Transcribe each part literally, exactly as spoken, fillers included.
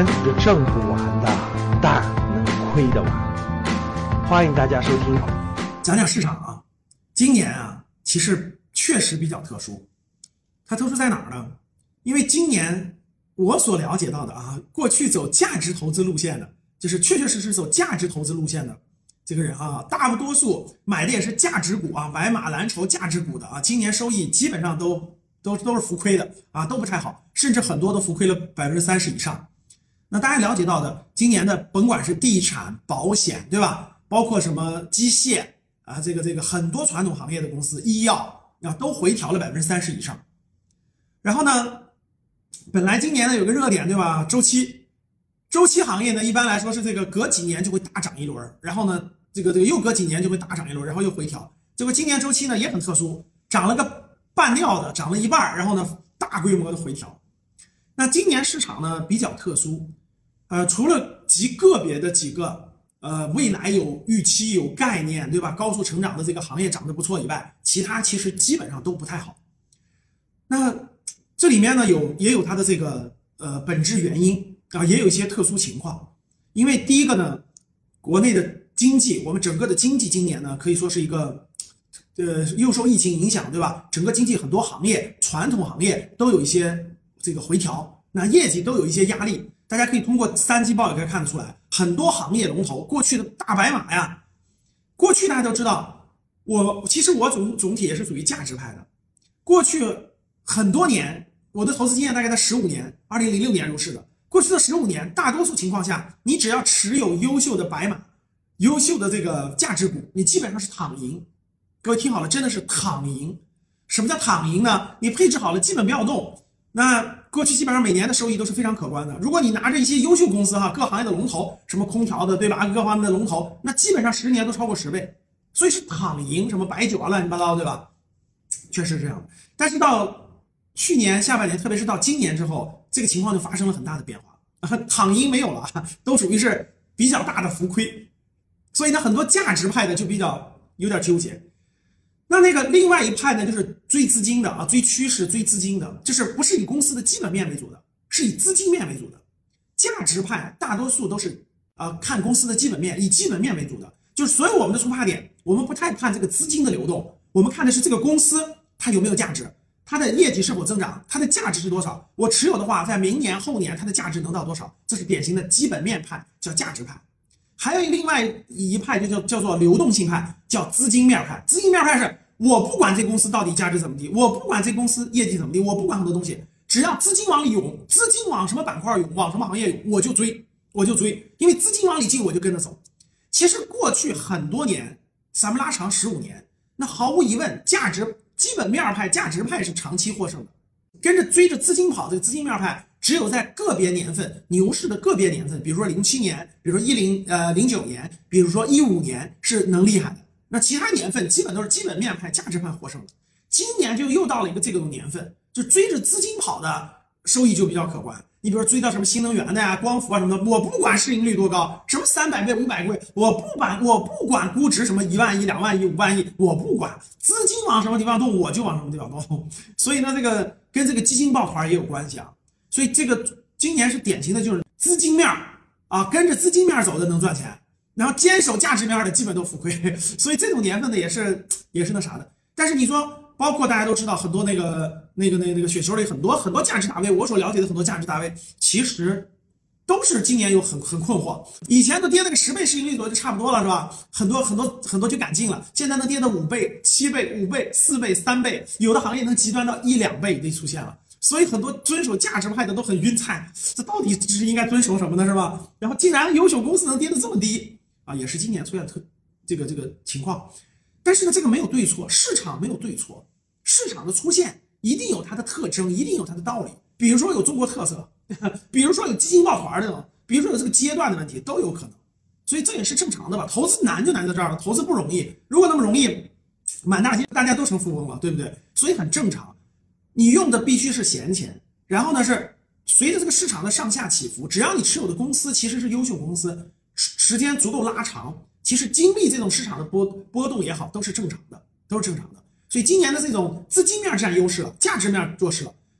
玩挣不完的，但能亏得完。欢迎大家收听。 讲讲市场啊，今年啊，其实确实比较特殊。它特殊在哪儿呢？因为今年我所了解到的啊，过去走价值投资路线的，就是确确实实走价值投资路线的这个人啊，大多数买的也是价值股啊，白马蓝筹价值股的啊，今年收益基本上都都都是浮亏的啊，都不太好，甚至很多都浮亏了百分之三十以上。那大家了解到的，今年的甭管是地产、保险，对吧？包括什么机械啊，这个这个很多传统行业的公司，医药啊，都回调了百分之三十以上。然后呢，本来今年呢有个热点，对吧？周期，周期行业呢一般来说是这个隔几年就会大涨一轮，然后呢这个这个又隔几年就会大涨一轮，然后又回调。结果今年周期呢也很特殊，涨了个半吊的，涨了一半，然后呢大规模的回调。那今年市场呢比较特殊，呃，除了极个别的几个呃未来有预期、有概念，对吧？高速成长的这个行业涨得不错以外，其他其实基本上都不太好。那这里面呢有也有它的这个呃本质原因啊，也有一些特殊情况。因为第一个呢，国内的经济，我们整个的经济今年呢可以说是一个呃又受疫情影响，对吧？整个经济很多行业，传统行业都有一些这个回调，那业绩都有一些压力。大家可以通过三季报也可以看得出来，很多行业龙头过去的大白马呀，过去大家都知道，我其实我总总体也是属于价值派的。过去很多年，我的投资经验大概在十五年，二零零六年入市的。过去的十五年，大多数情况下，你只要持有优秀的白马、优秀的这个价值股，你基本上是躺赢。各位听好了，真的是躺赢。什么叫躺赢呢？你配置好了，基本不要动。那过去基本上每年的收益都是非常可观的。如果你拿着一些优秀公司哈，各行业的龙头，什么空调的，对吧？各方面的龙头，那基本上十年都超过十倍，所以是躺赢。什么白酒啊，乱七八糟，对吧？确实是这样的。但是到去年下半年，特别是到今年之后，这个情况就发生了很大的变化，躺赢没有了，都属于是比较大的浮亏。所以呢，很多价值派的就比较有点纠结。那那个另外一派呢，就是追资金的啊，追趋势、追资金的，就是不是以公司的基本面为主的，是以资金面为主的。价值派大多数都是啊、呃、看公司的基本面，以基本面为主的，就是所有我们的出发点，我们不太看这个资金的流动，我们看的是这个公司它有没有价值，它的业绩是否增长，它的价值是多少，我持有的话，在明年后年它的价值能到多少，这是典型的基本面派，叫价值派。还有另外一派就叫叫做流动性派，叫资金面派。资金面派是我不管这公司到底价值怎么地，我不管这公司业绩怎么地，我不管很多东西，只要资金往里涌，资金往什么板块涌，往什么行业涌，我就追，我就追，因为资金往里进，我就跟着走。其实过去很多年，咱们拉长十五年，那毫无疑问，价值基本面派、价值派是长期获胜的。跟着追着资金跑，这个资金面派只有在个别年份，牛市的个别年份，比如说零七年，比如说一零呃零九年，比如说一五年是能厉害的。那其他年份基本都是基本面派、价值派获胜的。今年就又到了一个这种年份，就追着资金跑的收益就比较可观。你比如说追到什么新能源的呀、光伏啊什么的，我不管市盈率多高，什么三百倍、五百倍，我不管，我不管估值什么一万亿、两万亿、五万亿，我不管，资金往什么地方动，我就往什么地方动。所以呢，这个跟这个基金抱团也有关系啊。所以这个今年是典型的，就是资金面啊，跟着资金面走的能赚钱。然后坚守价值面的基本都浮亏，所以这种年份呢也是也是那啥的。但是你说，包括大家都知道很多那个那个那个那个雪球里很多很多价值大 V， 我所了解的很多价值大 V， 其实都是今年有很很困惑。以前都跌那个十倍市盈率左右就差不多了，是吧？很多很多很多就敢进了，现在能跌到五倍、七倍、五倍、四倍、三倍，有的行业能极端到一两倍就出现了。所以很多遵守价值派的都很晕菜，这到底是应该遵守什么呢，是吧？然后竟然优秀公司能跌得这么低。啊，也是今年出现特这个这个情况，但是呢，这个没有对错，市场没有对错，市场的出现一定有它的特征，一定有它的道理。比如说有中国特色，比如说有基金抱团的，比如说有这个阶段的问题，都有可能。所以这也是正常的吧？投资难就难在这儿了，投资不容易。如果那么容易，满大街大家都成富翁了，对不对？所以很正常。你用的必须是闲钱，然后呢是随着这个市场的上下起伏，只要你持有的公司其实是优秀公司。时间足够拉长，其实经历这种市场的波波动也好，都是正常的，都是正常的。所以今年的这种资金面占优势了，价值面弱势了，那有没有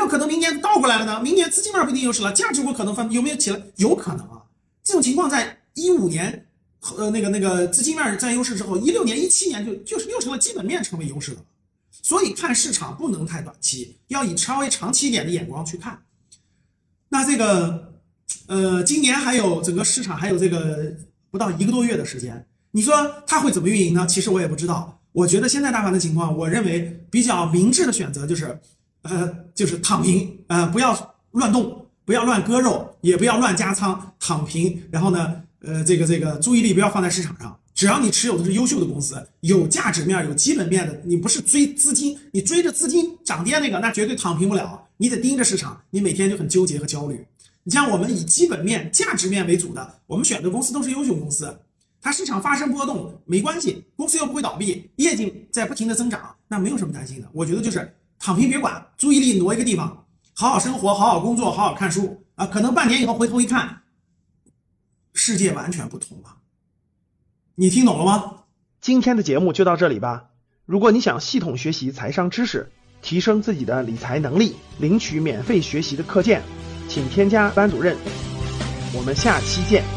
有可能明年倒过来了呢？明年资金面不一定优势了，价值股可能翻，有没有起来？有可能啊。这种情况在一五年，呃，那个那个资金面占优势之后，一六年、一七年就就是又成了基本面成为优势了。所以看市场不能太短期，要以稍微长期一点的眼光去看。那这个，呃，今年还有整个市场还有这个不到一个多月的时间，你说它会怎么运营呢？其实我也不知道。我觉得现在大盘的情况，我认为比较明智的选择就是，呃，就是躺平，呃，不要乱动，不要乱割肉，也不要乱加仓，躺平。然后呢，呃，这个这个注意力不要放在市场上。只要你持有的是优秀的公司，有价值面、有基本面的，你不是追资金，你追着资金涨跌那个，那绝对躺平不了。你得盯着市场，你每天就很纠结和焦虑。你像我们以基本面、价值面为主的，我们选的公司都是优秀公司，它市场发生波动没关系，公司又不会倒闭，业绩在不停的增长，那没有什么担心的。我觉得就是躺平别管，注意力挪一个地方，好好生活，好好工作，好好看书啊。可能半年以后回头一看，世界完全不同了。你听懂了吗？ 今天的节目就到这里吧。如果你想系统学习财商知识，提升自己的理财能力，领取免费学习的课件，请添加班主任。我们下期见。